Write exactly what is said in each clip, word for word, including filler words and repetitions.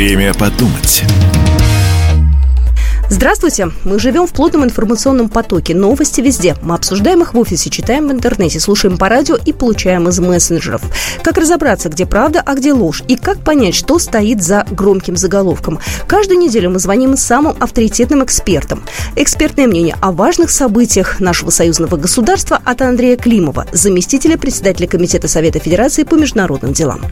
Время подумать. Здравствуйте! Мы живем в плотном информационном потоке. Новости везде. Мы обсуждаем их в офисе, читаем в интернете, слушаем по радио и получаем из мессенджеров. Как разобраться, где правда, а где ложь? И как понять, что стоит за громким заголовком? Каждую неделю мы звоним самым авторитетным экспертам. Экспертное мнение о важных событиях нашего союзного государства от Андрея Климова, заместителя председателя Комитета Совета Федерации по международным делам.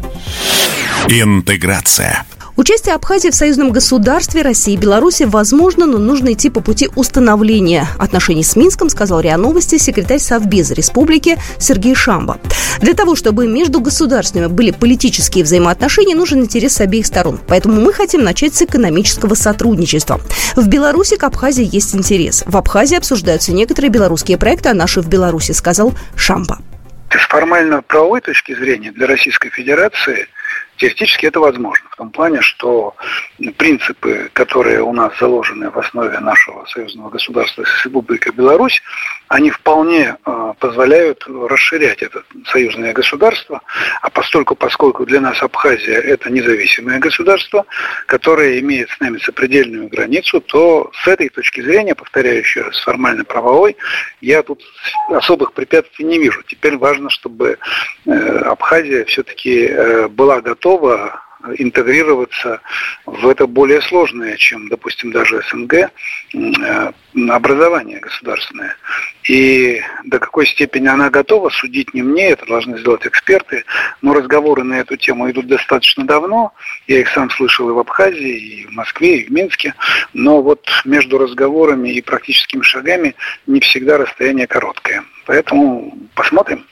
Интеграция. Участие Абхазии в союзном государстве России и Беларуси возможно, но нужно идти по пути установления отношений с Минском, сказал РИА Новости секретарь Совбеза республики Сергей Шамба. Для того, чтобы между государствами были политические взаимоотношения, нужен интерес с обеих сторон. Поэтому мы хотим начать с экономического сотрудничества. В Беларуси к Абхазии есть интерес. В Абхазии обсуждаются некоторые белорусские проекты, а наши в Беларуси, сказал Шамба. С формально-правовой точки зрения для Российской Федерации теоретически это возможно, в том плане, что принципы, которые у нас заложены в основе нашего союзного государства с Республикой Беларусь, они вполне э, позволяют расширять это союзное государство, а постольку, поскольку для нас Абхазия это независимое государство, которое имеет с нами сопредельную границу, то с этой точки зрения, повторяю еще раз, формально-правовой, я тут особых препятствий не вижу. Теперь важно, чтобы э, Абхазия все-таки э, была готова интегрироваться в это более сложное, чем, допустим, даже СНГ, образование государственное. И до какой степени она готова, судить не мне, это должны сделать эксперты, но разговоры на эту тему идут достаточно давно, я их сам слышал и в Абхазии, и в Москве, и в Минске, но вот между разговорами и практическими шагами не всегда расстояние короткое. Поэтому посмотрим.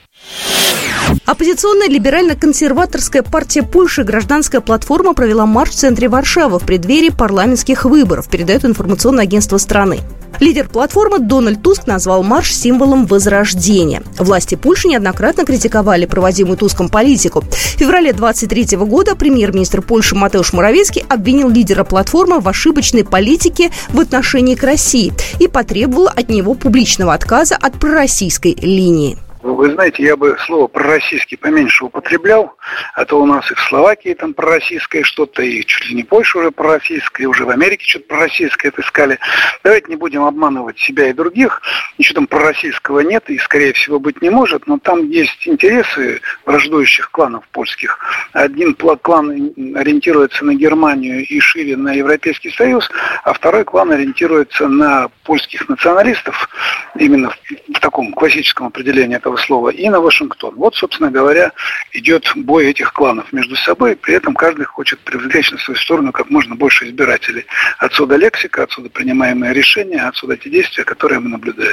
Оппозиционная либерально-консерваторская партия Польши «Гражданская платформа» провела марш в центре Варшавы в преддверии парламентских выборов, передает информационное агентство страны. Лидер платформы Дональд Туск назвал марш символом возрождения. Власти Польши неоднократно критиковали проводимую Туском политику. В феврале двадцать третьего года премьер-министр Польши Матеуш Моравецкий обвинил лидера платформы в ошибочной политике в отношении к России и потребовал от него публичного отказа от пророссийской линии. Вы знаете, я бы слово «пророссийский» поменьше употреблял, а то у нас и в Словакии там пророссийское что-то, и чуть ли не Польша уже пророссийское, и уже в Америке что-то пророссийское отыскали. Давайте не будем обманывать себя и других, ничего там пророссийского нет и, скорее всего, быть не может, но там есть интересы враждующих кланов польских. Один клан ориентируется на Германию и шире на Европейский Союз, а второй клан ориентируется на польских националистов, именно в, в таком классическом определении этого слова, и на Вашингтон. Вот, собственно говоря, идет бой этих кланов между собой, при этом каждый хочет привлечь на свою сторону как можно больше избирателей. Отсюда лексика, отсюда принимаемые решения, отсюда те действия, которые мы наблюдаем.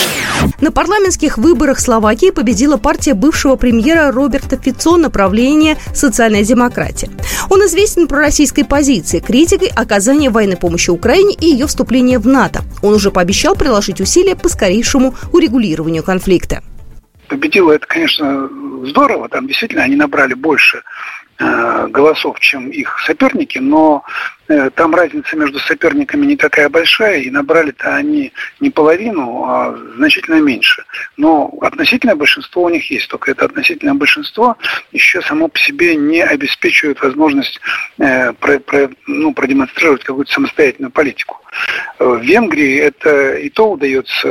На парламентских выборах Словакии победила партия бывшего премьера Роберта Фицо, направление «Социальная демократия». Он известен пророссийской позицией, критикой оказания военной помощи Украине и ее вступления в НАТО. Он уже пообещал приложить усилия по скорейшему урегулированию конфликта. Победило это, конечно, здорово, там действительно они набрали больше э, голосов, чем их соперники, но э, там разница между соперниками не такая большая, и набрали-то они не половину, а значительно меньше. Но относительное большинство у них есть, только это относительное большинство еще само по себе не обеспечивает возможность э, про, про, ну, продемонстрировать какую-то самостоятельную политику. В Венгрии это и то удается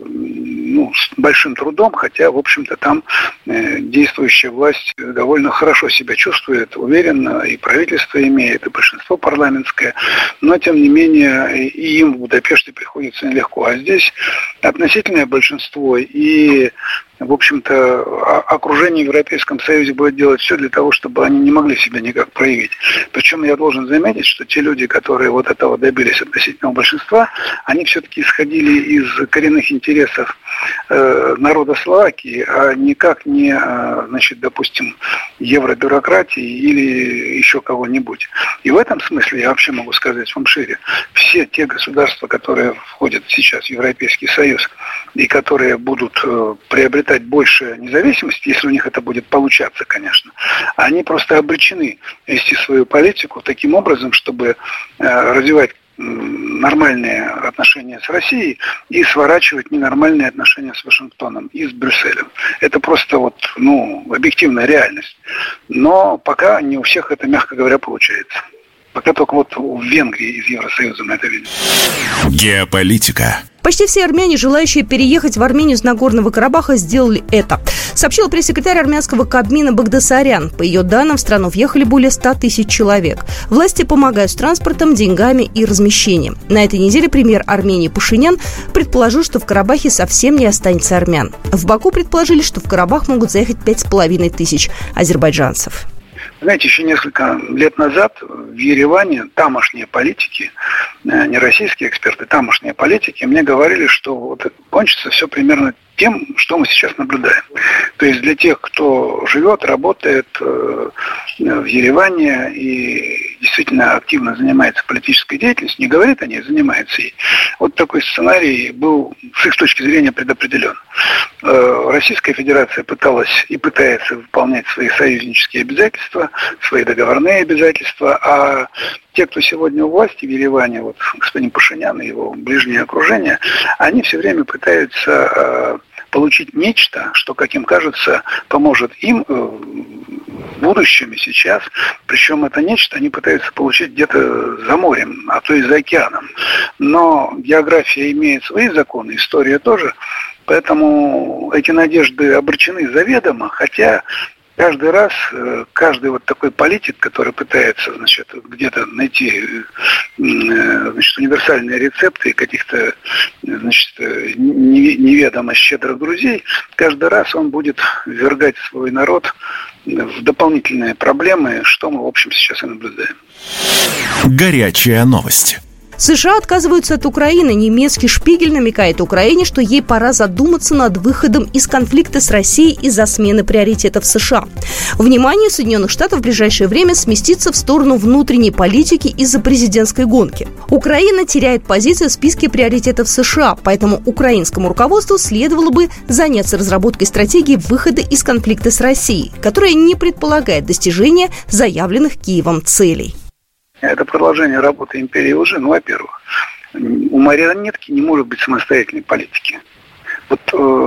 ну, с большим трудом, хотя, в общем-то, там э, действующая власть довольно хорошо себя чувствует, уверенно, и правительство имеет, и большинство парламентское, но, тем не менее, и им в Будапеште приходится нелегко. А здесь относительное большинство, и, в общем-то, окружение в Европейском Союзе будет делать все для того, чтобы они не могли себя никак проявить. Причем я должен заметить, что те люди, которые вот этого добились относительного большинства, они все-таки исходили из коренных интересов э, народа Словакии, а никак не, э, значит, допустим, евробюрократии или еще кого-нибудь. И в этом смысле я вообще могу сказать вам шире. Все те государства, которые входят сейчас в Европейский Союз и которые будут э, приобретать больше независимости, если у них это будет получаться, конечно, они просто обречены вести свою политику таким образом, чтобы э, развивать нормальные отношения с Россией и сворачивать ненормальные отношения с Вашингтоном и с Брюсселем. Это просто вот, ну, объективная реальность. Но пока не у всех это, мягко говоря, получается. Пока только вот в Венгрии из Евросоюза мы это видим. Геополитика. Почти все армяне, желающие переехать в Армению с Нагорного Карабаха, сделали это, сообщил пресс-секретарь армянского Кабмина Багдасарян. По ее данным, в страну въехали более ста тысяч человек. Власти помогают с транспортом, деньгами и размещением. На этой неделе премьер Армении Пашинян предположил, что в Карабахе совсем не останется армян. В Баку предположили, что в Карабах могут заехать пять с половиной тысяч азербайджанцев. Знаете, еще несколько лет назад в Ереване тамошние политики, не российские эксперты, тамошние политики мне говорили, что вот кончится все примерно тем, что мы сейчас наблюдаем. То есть для тех, кто живет, работает в Ереване и действительно активно занимается политической деятельностью, не говорит о ней, занимается ей. Вот такой сценарий был с их точки зрения предопределен. Российская Федерация пыталась и пытается выполнять свои союзнические обязательства, свои договорные обязательства, а те, кто сегодня у власти в Ереване, вот господин Пашинян и его ближнее окружение, они все время пытаются э, получить нечто, что, как им кажется, поможет им э, в будущем и сейчас. Причем это нечто они пытаются получить где-то за морем, а то и за океаном. Но география имеет свои законы, история тоже. Поэтому эти надежды обречены заведомо, хотя каждый раз, каждый вот такой политик, который пытается, значит, где-то найти, значит, универсальные рецепты каких-то, значит, неведомо щедрых друзей, каждый раз он будет ввергать свой народ в дополнительные проблемы, что мы, в общем, сейчас и наблюдаем. Горячая новость. США отказываются от Украины. Немецкий Шпигель намекает Украине, что ей пора задуматься над выходом из конфликта с Россией из-за смены приоритетов США. Внимание Соединенных Штатов в ближайшее время сместится в сторону внутренней политики из-за президентской гонки. Украина теряет позицию в списке приоритетов США, поэтому украинскому руководству следовало бы заняться разработкой стратегии выхода из конфликта с Россией, которая не предполагает достижения заявленных Киевом целей. Это продолжение работы империи лжи. Ну, во-первых, у марионетки не может быть самостоятельной политики. Вот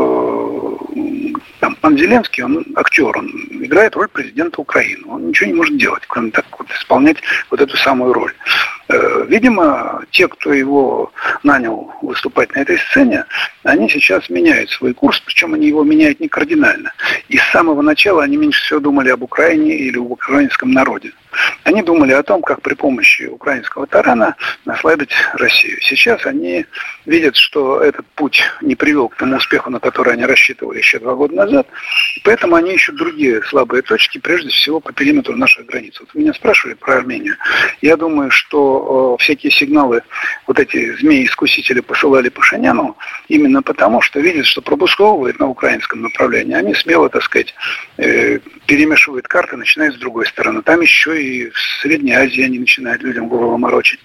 э, там, пан Зеленский, он актер, он играет роль президента Украины. Он ничего не может делать, кроме так вот исполнять вот эту самую роль. Э, видимо, те, кто его нанял выступать на этой сцене, они сейчас меняют свой курс, причем они его меняют не кардинально. И с самого начала они меньше всего думали об Украине или об украинском народе. Они думали о том, как при помощи украинского тарана наследовать Россию. Сейчас они видят, что этот путь не привел к тому успеху, на который они рассчитывали еще два года назад. Поэтому они ищут другие слабые точки, прежде всего по периметру наших границ. Вот вы меня спрашивали про Армению. Я думаю, что э, всякие сигналы вот эти змеи-искусители посылали Пашиняну именно потому, что видят, что пробусковывает на украинском направлении. Они смело, так сказать, э, перемешивают карты, начиная с другой стороны. Там еще и в Средней Азии они начинают людям голову морочить.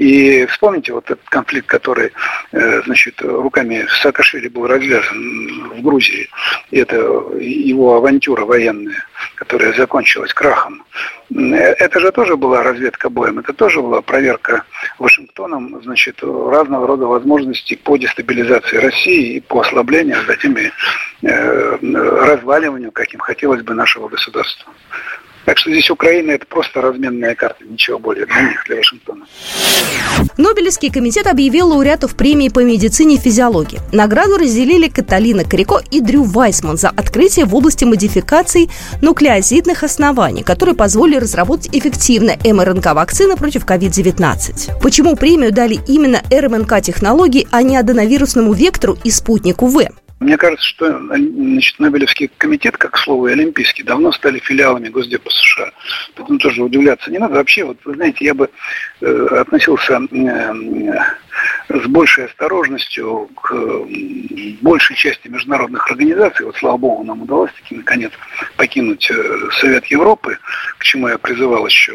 И вспомните вот этот конфликт, который, э, значит, руками Саакашвили был развязан в Грузии. Это его авантюра военная, которая закончилась крахом. Это же тоже была разведка боем, это тоже была проверка Вашингтоном, значит, разного рода возможностей по дестабилизации России и по ослаблению, а затем и э, разваливанию, как им хотелось бы, нашего государства. Так что здесь Украина – это просто разменная карта, ничего более для них, для Вашингтона. Нобелевский комитет объявил лауреатов премии по медицине и физиологии. Награду разделили Каталина Карико и Дрю Вайсман за открытие в области модификаций нуклеозидных оснований, которые позволили разработать эффективные эм эр эн ка-вакцины против ковид девятнадцать. Почему премию дали именно эр эм эн ка-технологии, а не аденовирусному вектору и спутнику В? Мне кажется, что, значит, Нобелевский комитет, как к слову, и Олимпийский, давно стали филиалами Госдепа США. Поэтому тоже удивляться не надо. Вообще, вот вы знаете, я бы э, относился э, с большей осторожностью к э, большей части международных организаций. Вот, слава богу, нам удалось таки, наконец, покинуть э, Совет Европы, к чему я призывал еще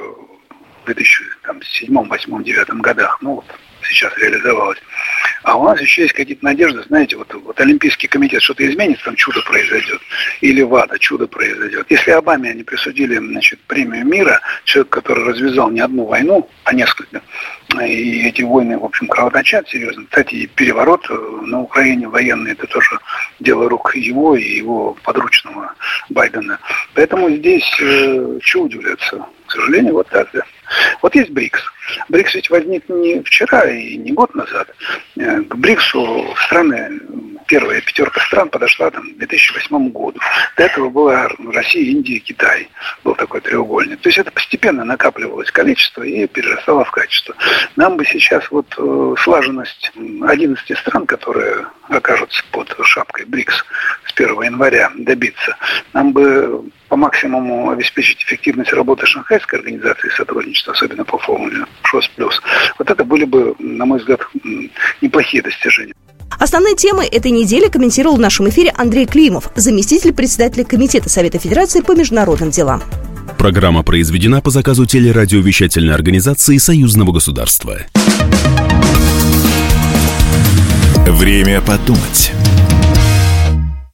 в две тысячи седьмом, восьмом, девятом годах. Ну, вот, сейчас реализовалось. А у нас еще есть какие-то надежды, знаете, вот, вот Олимпийский комитет что-то изменится, там чудо произойдет. Или ВАДА, чудо произойдет. Если Обаме они присудили, значит, премию мира, человек, который развязал не одну войну, а несколько, и эти войны, в общем, кровоточат серьезно. Кстати, и переворот на Украине военный, это тоже дело рук его и его подручного Байдена. Поэтому здесь э, чего удивляться? К сожалению, вот так, да. Вот есть БРИКС. БРИКС ведь возник не вчера и не год назад. К БРИКСу страны, первая пятерка стран подошла там, к две тысячи восьмому году. До этого была Россия, Индия, Китай. Был такой треугольник. То есть это постепенно накапливалось количество и перерастало в качество. Нам бы сейчас вот э, слаженность одиннадцати стран, которые окажутся под шапкой БРИКС с первого января, добиться. Нам бы по максимуму обеспечить эффективность работы Шанхайской организации сотрудничества, особенно по формуле ШОС плюс. Вот это были бы, на мой взгляд, неплохие достижения. Основные темы этой недели комментировал в нашем эфире Андрей Климов, заместитель председателя Комитета Совета Федерации по международным делам. Программа произведена по заказу телерадиовещательной организации Союзного государства. Время подумать.